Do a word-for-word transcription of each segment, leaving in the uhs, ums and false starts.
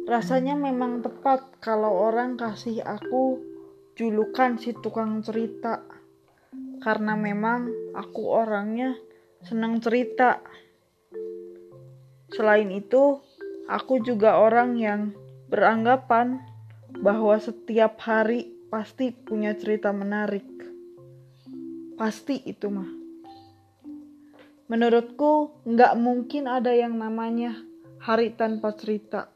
Rasanya memang tepat kalau orang kasih aku julukan si tukang cerita. Karena memang aku orangnya senang cerita. Selain itu, aku juga orang yang beranggapan bahwa setiap hari pasti punya cerita menarik. Pasti itu mah. Menurutku gak mungkin ada yang namanya hari tanpa cerita.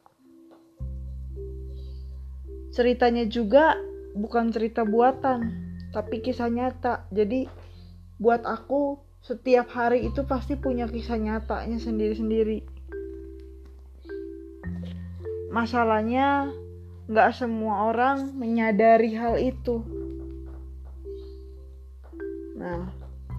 Ceritanya juga bukan cerita buatan, tapi kisah nyata. Jadi buat aku setiap hari itu pasti punya kisah nyatanya sendiri-sendiri. Masalahnya gak semua orang menyadari hal itu. Nah,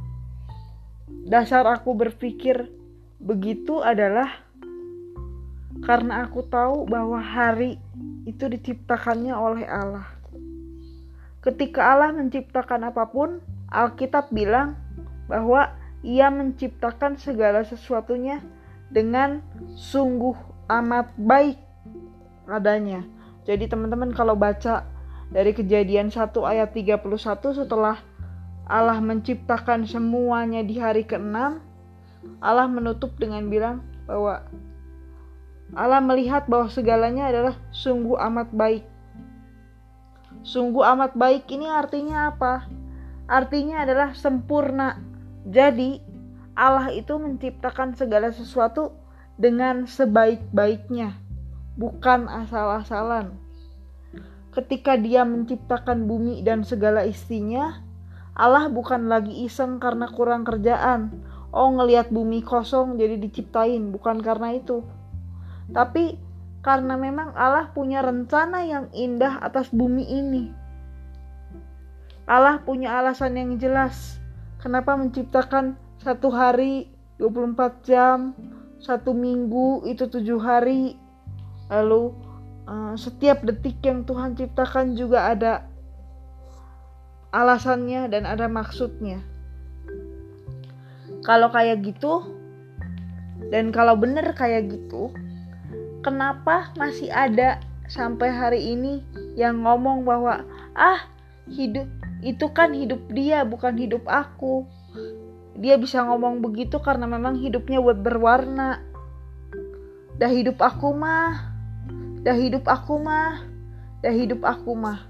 dasar aku berpikir begitu adalah karena aku tahu bahwa hari itu diciptakannya oleh Allah. Ketika Allah menciptakan apapun, Alkitab bilang bahwa Ia menciptakan segala sesuatunya dengan sungguh amat baik adanya. Jadi teman-teman kalau baca dari Kejadian satu ayat tiga puluh satu, setelah Allah menciptakan semuanya di hari keenam, Allah menutup dengan bilang bahwa Allah melihat bahwa segalanya adalah sungguh amat baik. Sungguh amat baik ini artinya apa? Artinya adalah sempurna. Jadi Allah itu menciptakan segala sesuatu dengan sebaik-baiknya, bukan asal-asalan. Ketika Dia menciptakan bumi dan segala isinya, Allah bukan lagi iseng karena kurang kerjaan. Oh, ngelihat bumi kosong jadi diciptain, bukan karena itu. Tapi karena memang Allah punya rencana yang indah atas bumi ini. Allah punya alasan yang jelas kenapa menciptakan satu hari dua puluh empat jam, satu minggu itu tujuh hari. Lalu uh, setiap detik yang Tuhan ciptakan juga ada alasannya dan ada maksudnya. Kalau kayak gitu, dan kalau bener kayak gitu, kenapa masih ada sampai hari ini yang ngomong bahwa ah hidup itu kan hidup dia, bukan hidup aku. Dia bisa ngomong begitu karena memang hidupnya buat berwarna. Dah hidup aku mah, dah hidup aku mah, dah hidup aku mah.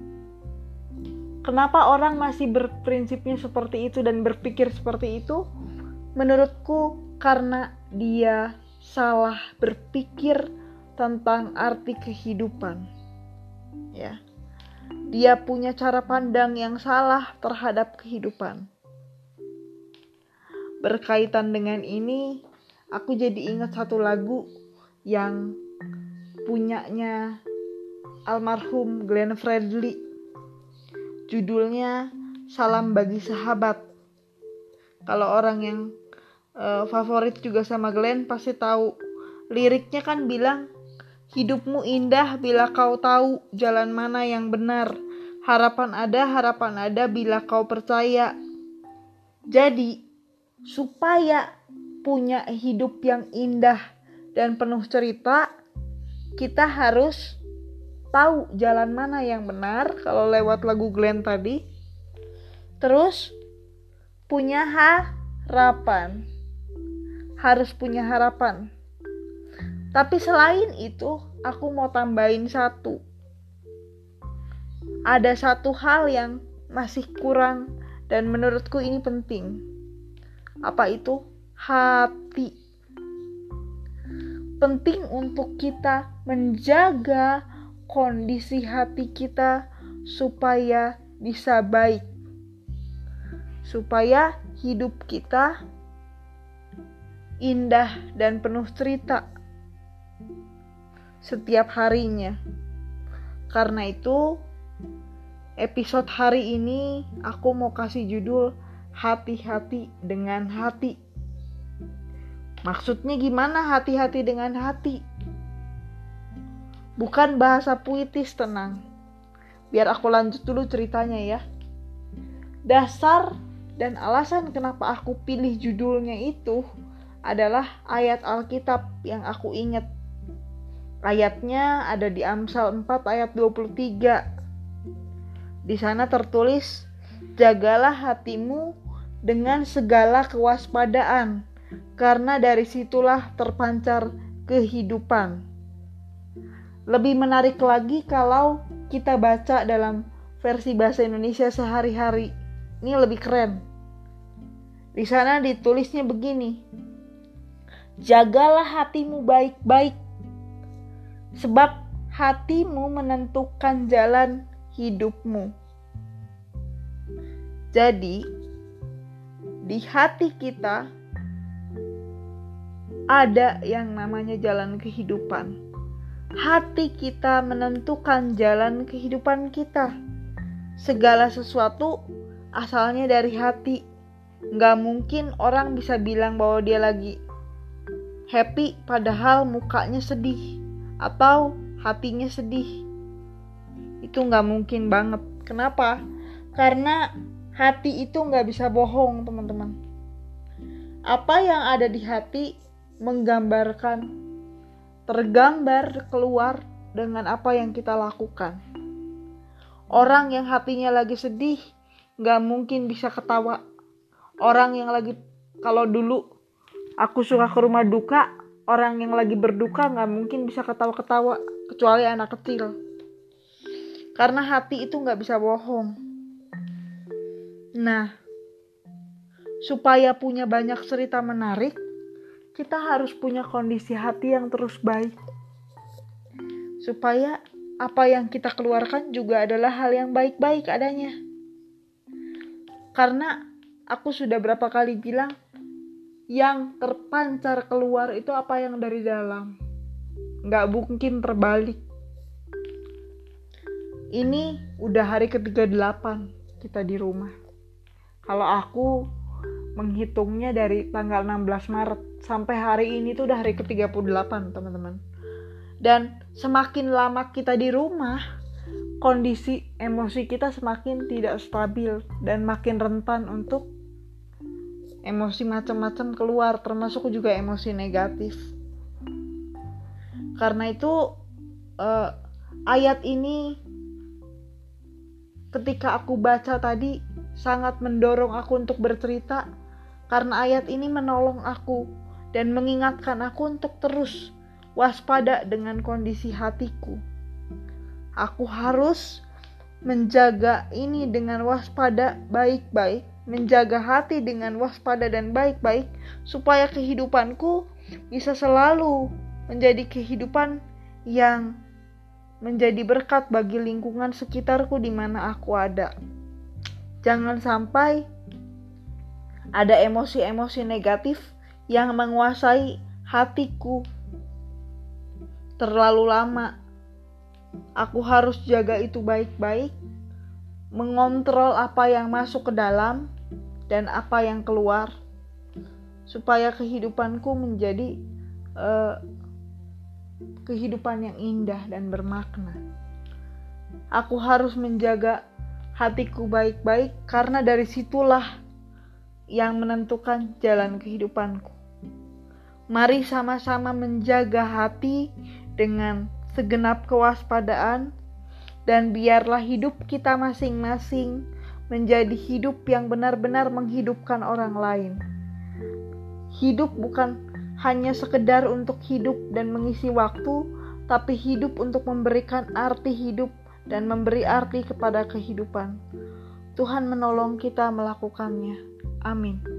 Kenapa orang masih berprinsipnya seperti itu dan berpikir seperti itu? Menurutku karena dia salah berpikir tentang arti kehidupan. Ya. Dia punya cara pandang yang salah terhadap kehidupan. Berkaitan dengan ini, aku jadi ingat satu lagu yang punyanya almarhum Glenn Fredly. Judulnya Salam Bagi Sahabat. Kalau orang yang uh, favorit juga sama Glenn pasti tahu. Liriknya kan bilang, hidupmu indah bila kau tahu jalan mana yang benar. Harapan ada, harapan ada bila kau percaya. Jadi, supaya punya hidup yang indah dan penuh cerita, kita harus tahu jalan mana yang benar kalau lewat lagu Glenn tadi. Terus punya harapan. Harus punya harapan. Tapi selain itu, aku mau tambahin satu. Ada satu hal yang masih kurang dan menurutku ini penting. Apa itu? Hati. Penting untuk kita menjaga kondisi hati kita supaya bisa baik, supaya hidup kita indah dan penuh cerita setiap harinya. Karena itu episode hari ini aku mau kasih judul hati-hati dengan hati. Maksudnya gimana hati-hati dengan hati? Bukan bahasa puitis, tenang. Biar aku lanjut dulu ceritanya ya. Dasar dan alasan kenapa aku pilih judulnya itu adalah ayat Alkitab yang aku ingat. Ayatnya ada di Amsal empat ayat dua puluh tiga. Di sana tertulis, jagalah hatimu dengan segala kewaspadaan, karena dari situlah terpancar kehidupan. Lebih menarik lagi kalau kita baca dalam versi bahasa Indonesia sehari-hari. Ini lebih keren. Di sana ditulisnya begini, jagalah hatimu baik-baik, sebab hatimu menentukan jalan hidupmu. Jadi, di hati kita ada yang namanya jalan kehidupan. Hati kita menentukan jalan kehidupan kita. Segala sesuatu asalnya dari hati. Gak mungkin orang bisa bilang bahwa dia lagi happy padahal mukanya sedih atau hatinya sedih. Itu gak mungkin banget. Kenapa? Karena hati itu gak bisa bohong, teman-teman. Apa yang ada di hati menggambarkan, tergambar keluar dengan apa yang kita lakukan. Orang yang hatinya lagi sedih gak mungkin bisa ketawa. Orang yang lagi, kalau dulu aku suka ke rumah duka, orang yang lagi berduka gak mungkin bisa ketawa-ketawa, kecuali anak kecil. Karena hati itu gak bisa bohong. Nah, supaya punya banyak cerita menarik, kita harus punya kondisi hati yang terus baik. Supaya apa yang kita keluarkan juga adalah hal yang baik-baik adanya. Karena aku sudah berapa kali bilang, yang terpancar keluar itu apa yang dari dalam. Gak mungkin terbalik. Ini udah hari ketiga puluh delapan kita di rumah. Kalau aku menghitungnya dari tanggal enam belas Maret sampai hari ini tuh udah hari ke tiga puluh delapan, teman-teman. Dan semakin lama kita di rumah, kondisi emosi kita semakin tidak stabil dan makin rentan untuk emosi macam-macam keluar, termasuk juga emosi negatif. Karena itu uh, ayat ini ketika aku baca tadi sangat mendorong aku untuk bercerita, karena ayat ini menolong aku dan mengingatkan aku untuk terus waspada dengan kondisi hatiku. Aku harus menjaga ini dengan waspada baik-baik, menjaga hati dengan waspada dan baik-baik, supaya kehidupanku bisa selalu menjadi kehidupan yang menjadi berkat bagi lingkungan sekitarku di mana aku ada. Jangan sampai ada emosi-emosi negatif yang menguasai hatiku terlalu lama. Aku harus jaga itu baik-baik, mengontrol apa yang masuk ke dalam dan apa yang keluar, supaya kehidupanku menjadi uh, kehidupan yang indah dan bermakna. Aku harus menjaga hatiku baik-baik, karena dari situlah yang menentukan jalan kehidupanku. Mari sama-sama menjaga hati dengan segenap kewaspadaan, dan biarlah hidup kita masing-masing menjadi hidup yang benar-benar menghidupkan orang lain. Hidup bukan hanya sekedar untuk hidup dan mengisi waktu, tapi hidup untuk memberikan arti hidup dan memberi arti kepada kehidupan. Tuhan menolong kita melakukannya. Amin.